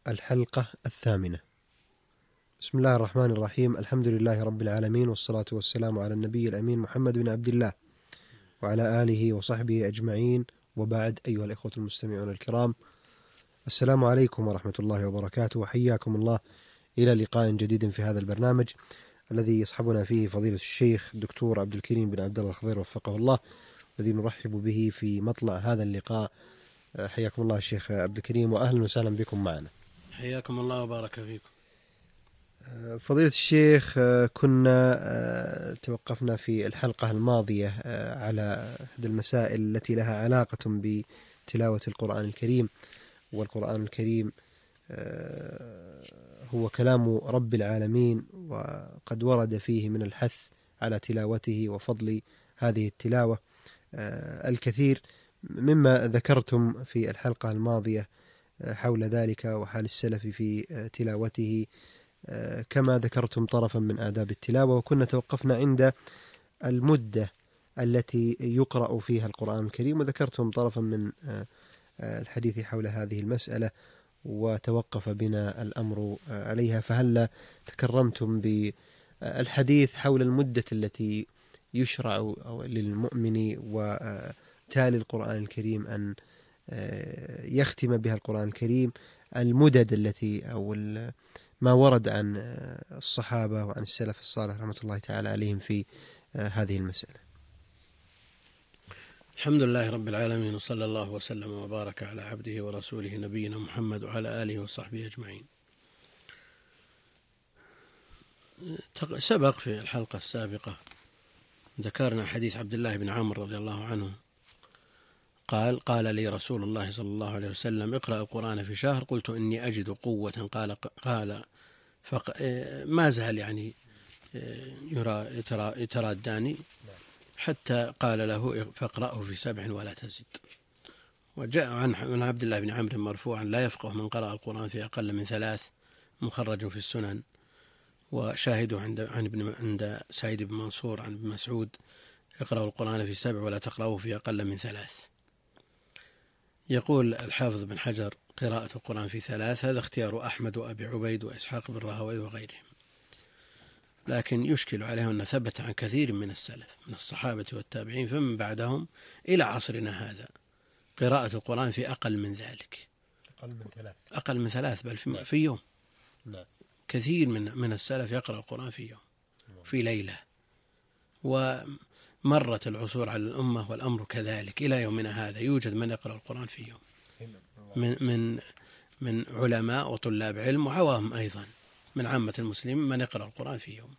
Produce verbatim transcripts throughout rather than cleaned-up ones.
الحلقة الثامنة. بسم الله الرحمن الرحيم. الحمد لله رب العالمين، والصلاة والسلام على النبي الأمين محمد بن عبد الله وعلى آله وصحبه أجمعين، وبعد. أيها الإخوة المستمعون الكرام، السلام عليكم ورحمة الله وبركاته، وحياكم الله إلى لقاء جديد في هذا البرنامج الذي يصحبنا فيه فضيلة الشيخ الدكتور عبد الكريم بن عبد الله الخضير وفقه الله، الذي نرحب به في مطلع هذا اللقاء. حياكم الله الشيخ عبد الكريم، وأهلا وسهلا بكم معنا. حياكم الله وبارك فيكم. فضيلة الشيخ، كنا توقفنا في الحلقة الماضية على أحد المسائل التي لها علاقة بتلاوة القرآن الكريم، والقرآن الكريم هو كلام رب العالمين، وقد ورد فيه من الحث على تلاوته وفضل هذه التلاوة الكثير، مما ذكرتم في الحلقة الماضية حول ذلك وحال السلف في تلاوته، كما ذكرتم طرفا من آداب التلاوة. وكنا توقفنا عند المدة التي يقرأ فيها القرآن الكريم، وذكرتم طرفا من الحديث حول هذه المسألة، وتوقف بنا الأمر عليها. فهل تكرمتم بالحديث حول المدة التي يشرع للمؤمن وتالي القرآن الكريم أن يختم بها القرآن الكريم، المدد التي أو ما ورد عن الصحابة وعن السلف الصالح رحمة الله تعالى عليهم في هذه المسألة؟ الحمد لله رب العالمين، وصلى الله وسلم وبارك على عبده ورسوله نبينا محمد وعلى آله وصحبه أجمعين. سبق في الحلقة السابقة ذكرنا حديث عبد الله بن عمرو رضي الله عنه قال قال لي رسول الله صلى الله عليه وسلم: اقرأ القرآن في شهر. قلت: إني أجد قوة. قال قال فق ما زال يعني يرى يتراداني حتى قال له: فاقرأه في سبع ولا تزد. وجاء عن عبد الله بن عمرو مرفوعا: لا يفقه من قرأ القرآن في أقل من ثلاث، مخرج في السنن. وشاهده عند عن ابن عند سعيد بن منصور عن ابن مسعود: اقرأوا القرآن في سبع ولا تقرأوه في أقل من ثلاث. يقول الحافظ بن حجر: قراءة القرآن في ثلاث هذا اختيار أحمد وأبي عبيد وإسحاق بن راهويه وغيرهم، لكن يشكل عليه أن ثبت عن كثير من السلف من الصحابة والتابعين فمن بعدهم إلى عصرنا هذا قراءة القرآن في أقل من ذلك، أقل من ثلاث أقل من ثلاث بل في, نعم. في يوم. نعم. كثير من من السلف يقرأ القرآن في يوم، في ليلة. ومرت العصور على الأمة والأمر كذلك إلى يومنا هذا، يوجد من يقرأ القرآن في يوم من من من علماء وطلاب علم وعوام أيضا من عامة المسلمين من يقرأ القرآن في يوم.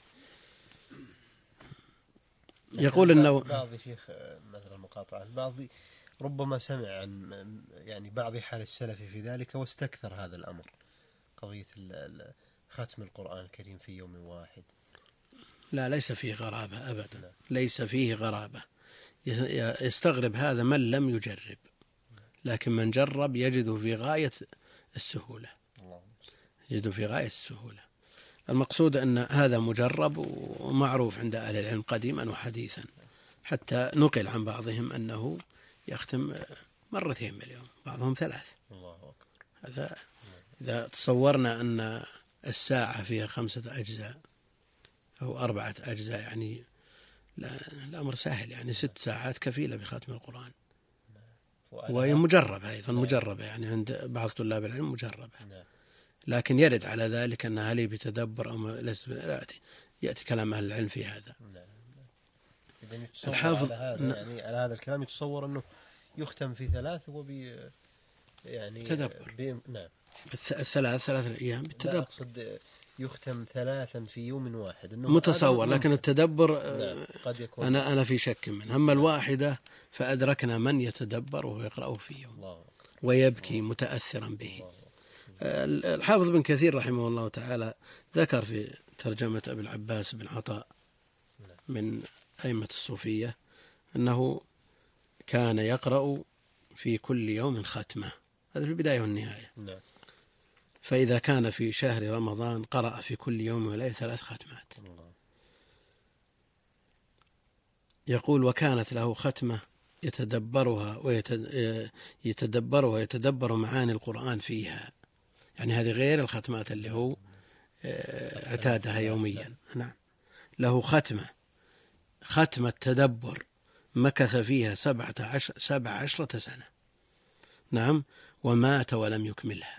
يقول انه بعض شيخ مثل المقاطعة، البعض ربما سمع عن يعني بعض حال السلف في ذلك واستكثر هذا الأمر، قضية ختم القرآن الكريم في يوم واحد. لا، ليس فيه غرابة أبدا. لا. ليس فيه غرابة. يستغرب هذا من لم يجرب، لكن من جرب يجد في غاية السهولة، يجد في غاية السهولة. المقصود أن هذا مجرب ومعروف عند أهل العلم قديما وحديثا، حتى نقل عن بعضهم أنه يختم مرتين باليوم، بعضهم ثلاث. الله أكبر. هذا إذا تصورنا أن الساعة فيها خمسة أجزاء أو أربعة أجزاء، يعني لا الأمر سهل، يعني ست ساعات كفيلة بختم القرآن. وهي مجربة أيضا، مجربة يعني عند بعض طلاب العلم مجربة، لكن يرد على ذلك أنها هل بتدبر أو ليس، يأتي كلام أهل العلم في هذا. الحافظ على هذا يعني على هذا الكلام يتصور أنه يختم في ثلاث وبي يعني تدبر. بي... نعم. الثلاث ثلاثة أيام بالتدبر. أقصد يختم ثلاثا في يوم واحد، إنه متصور، لكن التدبر نعم. قد يكون أنا أنا في شك منه. أما الواحدة فأدركنا من يتدبر وهو يقرأه في يوم الله ويبكي الله متأثرا به. الله. الحافظ بن كثير رحمه الله تعالى ذكر في ترجمة أبي العباس بن عطاء من أئمة الصوفية أنه كان يقرأ في كل يوم ختمة، هذا في البداية والنهاية. فإذا كان في شهر رمضان قرأ في كل يوم وليلة ثلاث ختمات. يقول: وكانت له ختمة يتدبرها ويتدبرها ويتدبر معاني القرآن فيها، يعني هذه غير الختمات اللي هو اعتادها يوميا. نعم. له ختمة ختمة تدبر مكث فيها سبعة عشر سبع عشرة سنة. نعم. ومات ولم يكملها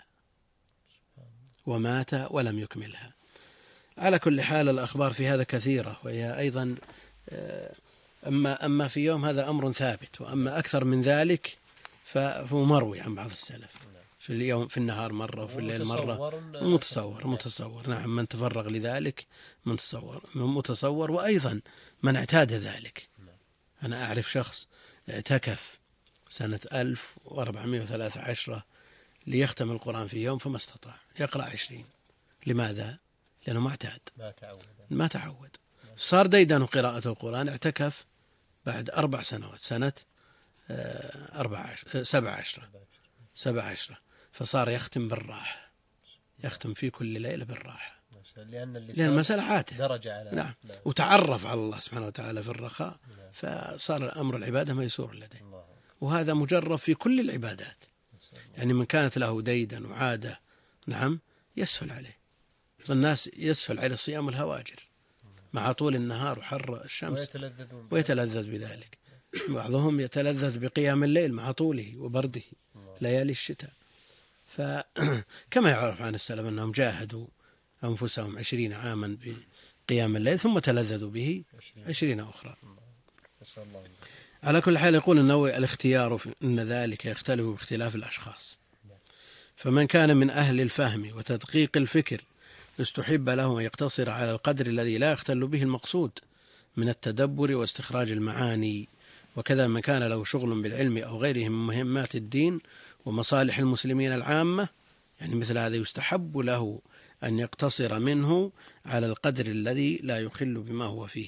ومات ولم يكملها. على كل حال الأخبار في هذا كثيرة، وهي أيضا أما أما في يوم هذا أمر ثابت، وأما أكثر من ذلك فهو مروي عن بعض السلف، في اليوم في النهار مرة وفي الليل مرة. متصور متصور نعم، من تفرغ لذلك متصور متصور وأيضا من اعتاد ذلك. أنا أعرف شخص اعتكف سنة ألف وأربعمائة وثلاثة عشر ليختم القرآن في يوم فما استطاع، يقرأ عشرين. لماذا؟ لأنه ما اعتاد، ما تعود ما تعود صار ديدن قراءة القرآن. اعتكف بعد أربع سنوات، سنة أربع عشر سبع عشرة سبع عشرة فصار يختم بالراحة، يختم في كل ليلة بالراحة، لأن, لأن المسألة عاته درجة على نعم. نعم. وتعرف على الله سبحانه وتعالى في الرخاء. نعم. فصار أمر العبادة ميسور لديه. الله. وهذا مجرب في كل العبادات. يعني من كانت له ديدا وعادة نعم يسهل عليه. الناس يسهل على صيام الهواجر مع طول النهار وحر الشمس ويتلذذ بذلك. بعضهم يتلذذ بقيام الليل مع طوله وبرده ليالي الشتاء. فكما يعرف عن السلف أنهم جاهدوا أنفسهم عشرين عاما بقيام الليل ثم تلذذوا به عشرين أخرى. على كل حال يقول النووي الاختيار إن ذلك يختلف باختلاف الأشخاص، فمن كان من أهل الفهم وتدقيق الفكر استحب له أن يقتصر على القدر الذي لا يختل به المقصود من التدبر واستخراج المعاني، وكذا من كان له شغل بالعلم أو غيره من مهمات الدين ومصالح المسلمين العامة، يعني مثل هذا يستحب له أن يقتصر منه على القدر الذي لا يخل بما هو فيه.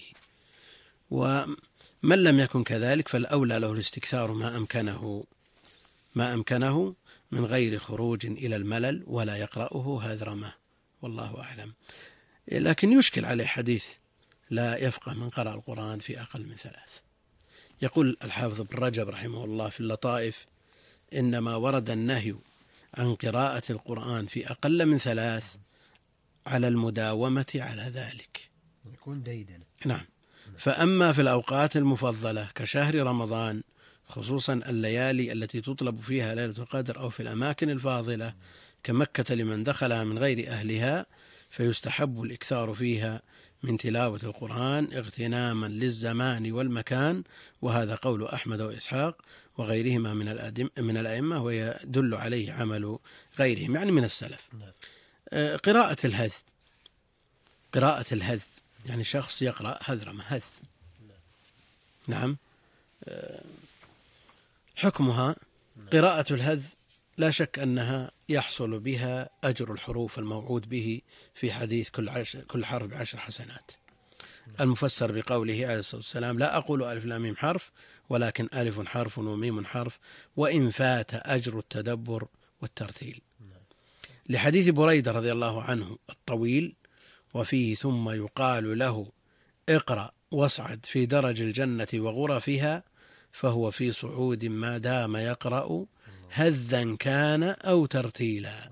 ومن لم يكن كذلك فالأولى له الاستكثار ما أمكنه ما أمكنه من غير خروج إلى الملل ولا يقرأه هذرمه، والله أعلم. لكن يشكل عليه حديث لا يفقه من قرأ القرآن في أقل من ثلاث. يقول الحافظ ابن رجب رحمه الله في اللطائف: إنما ورد النهي عن قراءة القرآن في أقل من ثلاث على المداومة على ذلك، يكون ديدن. نعم. فأما في الأوقات المفضلة كشهر رمضان خصوصا الليالي التي تطلب فيها ليلة القدر أو في الأماكن الفاضلة كمكة لمن دخلها من غير أهلها فيستحب الإكثار فيها من تلاوة القرآن اغتناما للزمان والمكان، وهذا قول أحمد وإسحاق وغيرهما من من الأئمة، ويدل عليه عمل غيرهم يعني من السلف. قراءة الهذ قراءة الهذ يعني شخص يقرأ هذرمة هذ. نعم. حكمها قراءة الهذ لا شك أنها يحصل بها أجر الحروف الموعود به في حديث كل, عشر كل حرف بعشر حسنات، المفسر بقوله عليه الصلاة والسلام: لا أقول ألف لام ميم حرف ولكن ألف حرف وميم حرف وإن فات أجر التدبر والترتيل. لحديث بريدة رضي الله عنه الطويل وفيه: ثم يقال له اقرأ واصعد في درج الجنة وغرفها، فهو في صعود ما دام يقرأ هذا كان أو ترتيلا.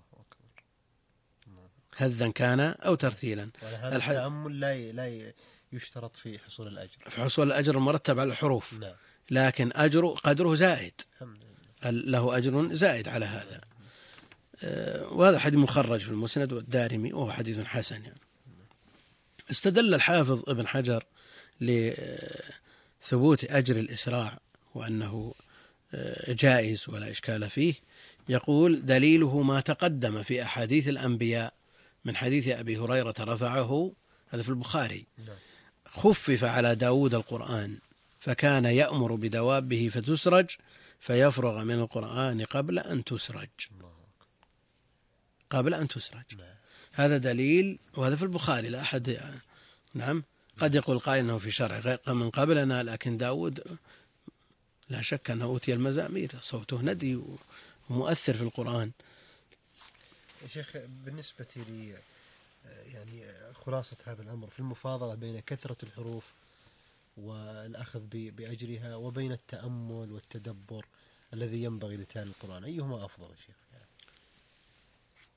هذا كان أو ترتيلا. هذا التأمل لا لا يشترط في حصول الأجر، في حصول الأجر المرتب على الحروف، لا. لكن أجر قدره زائد، له أجر زائد على هذا. وهذا حديث مخرج في المسند والدارمي وهو حديث حسن. يعني استدل الحافظ ابن حجر لثبوت أجر الإسراع وأنه جائز ولا إشكال فيه. يقول: دليله ما تقدم في أحاديث الأنبياء من حديث أبي هريرة رفعه، هذا في البخاري: خفف على داود القرآن فكان يأمر بدوابه فتسرج فيفرغ من القرآن قبل أن تسرج قبل أن تسرج هذا دليل، وهذا في البخاري لا أحد يعني. نعم. قد يقول قائل أنه في شرع من قبلنا، لكن داود لا شك أنه أوتي المزامير، صوته ندي ومؤثر في القرآن. يا شيخ، بالنسبة لي يعني خلاصة هذا الأمر في المفاضلة بين كثرة الحروف والأخذ بأجرها وبين التأمل والتدبر الذي ينبغي لتالي القرآن، أيهما أفضل يا شيخ؟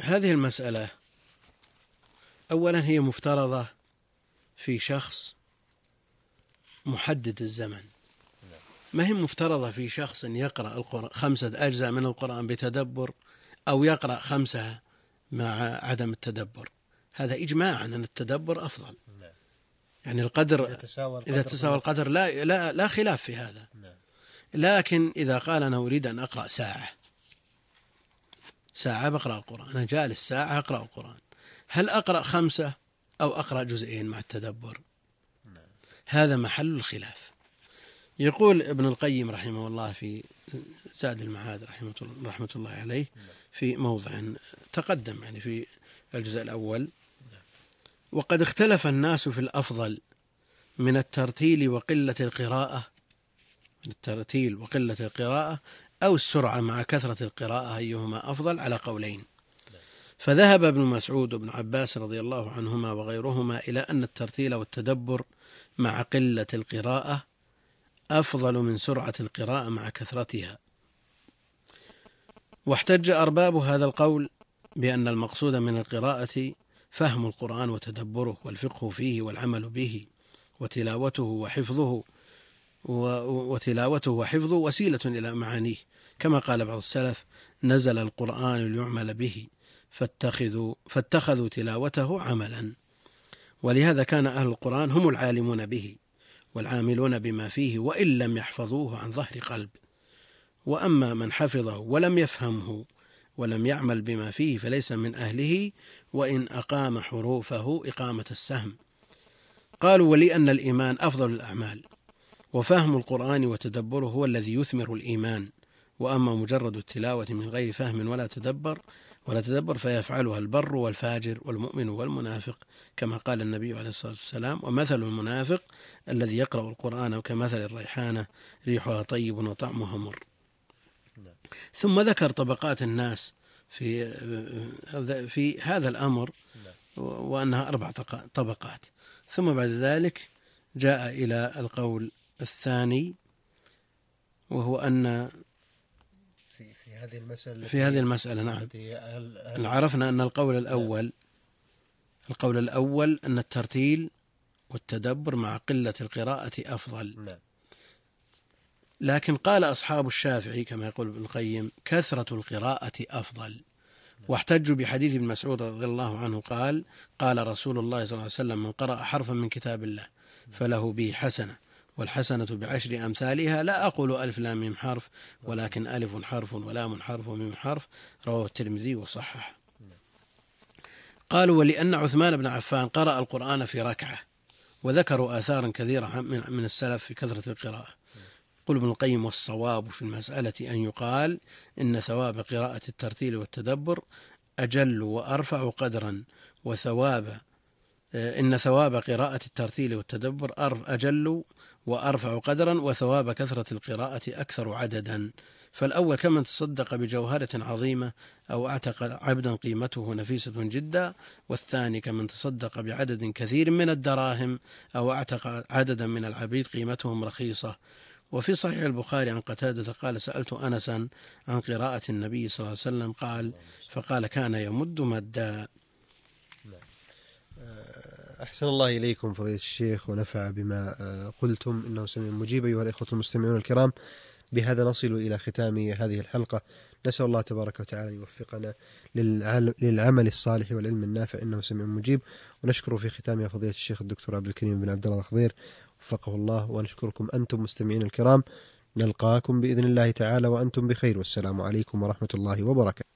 هذه المسألة أولا هي مفترضة في شخص محدد الزمن، ما هي مفترضة في شخص يقرأ القرآن خمسة أجزاء من القرآن بتدبر أو يقرأ خمسة مع عدم التدبر. هذا إجماعا أن التدبر أفضل. يعني القدر إذا تساوى القدر, إذا تساوى القدر لا, لا, لا خلاف في هذا. لكن إذا قال أنا أريد أن أقرأ ساعة ساعة بقرأ القرآن، أنا جالس ساعة أقرأ القرآن، هل أقرأ خمسة أو أقرأ جزئين مع التدبر؟ هذا محل الخلاف. يقول ابن القيم رحمه الله في زاد المعاد رحمة, رحمة الله عليه في موضع تقدم يعني في الجزء الأول: وقد اختلف الناس في الأفضل من الترتيل وقلة القراءة من الترتيل وقلة القراءة أو السرعة مع كثرة القراءة أيهما أفضل على قولين. فذهب ابن مسعود وابن عباس رضي الله عنهما وغيرهما إلى أن الترتيل والتدبر مع قلة القراءة أفضل من سرعة القراءة مع كثرتها. واحتج أرباب هذا القول بأن المقصود من القراءة فهم القرآن وتدبره والفقه فيه والعمل به وتلاوته وحفظه وتلاوته وحفظه وسيلة إلى معانيه، كما قال بعض السلف: نزل القرآن ليعمل به فاتخذوا, فاتخذوا تلاوته عملا. ولهذا كان أهل القرآن هم العالمون به والعاملون بما فيه وإن لم يحفظوه عن ظهر قلب. وأما من حفظه ولم يفهمه ولم يعمل بما فيه فليس من أهله وإن أقام حروفه إقامة السهم. قالوا: ولأن الإيمان أفضل الأعمال، وفهم القرآن وتدبره هو الذي يثمر الإيمان، وأما مجرد التلاوة من غير فهم ولا تدبر ولا تدبر فيفعلها البر والفاجر والمؤمن والمنافق، كما قال النبي عليه الصلاة والسلام: ومثل المنافق الذي يقرأ القرآن كمثل الريحانة ريحها طيب وطعمها مر. ثم ذكر طبقات الناس في في هذا الأمر وأنها أربع طبقات. ثم بعد ذلك جاء إلى القول الثاني، وهو أن في في هذه المسألة في هذه المسألة نعم عرفنا أن القول الأول القول الأول أن الترتيل والتدبر مع قلة القراءة أفضل. لكن قال أصحاب الشافعي كما يقول ابن القيم: كثرة القراءة أفضل. واحتجوا بحديث ابن مسعود رضي الله عنه قال: قال رسول الله صلى الله عليه وسلم: من قرأ حرفا من كتاب الله فله به حسنة، والحسنة بعشر أمثالها، لا أقول ألف لام ميم حرف ولكن ألف حرف ولام حرف وميم حرف. رواه الترمذي وصححه. قالوا: ولأن عثمان بن عفان قرأ القرآن في ركعة، وذكروا آثارا كثيرة من السلف في كثرة القراءة. قل ابن القيم: والصواب في المسألة أن يقال إن ثواب قراءة الترتيل والتدبر أجل وأرفع قدرا، وثواب إن ثواب قراءة الترتيل والتدبر أجل وأرفع قدرا، وثواب كثرة القراءة أكثر عددا. فالأول كمن تصدق بجوهرة عظيمة أو أعتق عبدا قيمته نفيسة جدا، والثاني كمن تصدق بعدد كثير من الدراهم أو أعتق عددا من العبيد قيمتهم رخيصة. وفي صحيح البخاري عن قتادة قال: سألت أنسا عن قراءة النبي صلى الله عليه وسلم قال فقال: كان يمد مدا. أحسن الله إليكم فضيلة الشيخ ونفع بما قلتم، إنه سميع مجيب. أيها الإخوة المستمعون الكرام، بهذا نصل إلى ختام هذه الحلقة. نسأل الله تبارك وتعالى يوفقنا للعمل الصالح والعلم النافع، إنه سميع مجيب. ونشكر في ختامها فضيلة الشيخ الدكتور عبد الكريم بن عبد الله الخضير وفقه الله. ونشكركم أنتم مستمعين الكرام. نلقاكم بإذن الله تعالى وأنتم بخير، والسلام عليكم ورحمة الله وبركاته.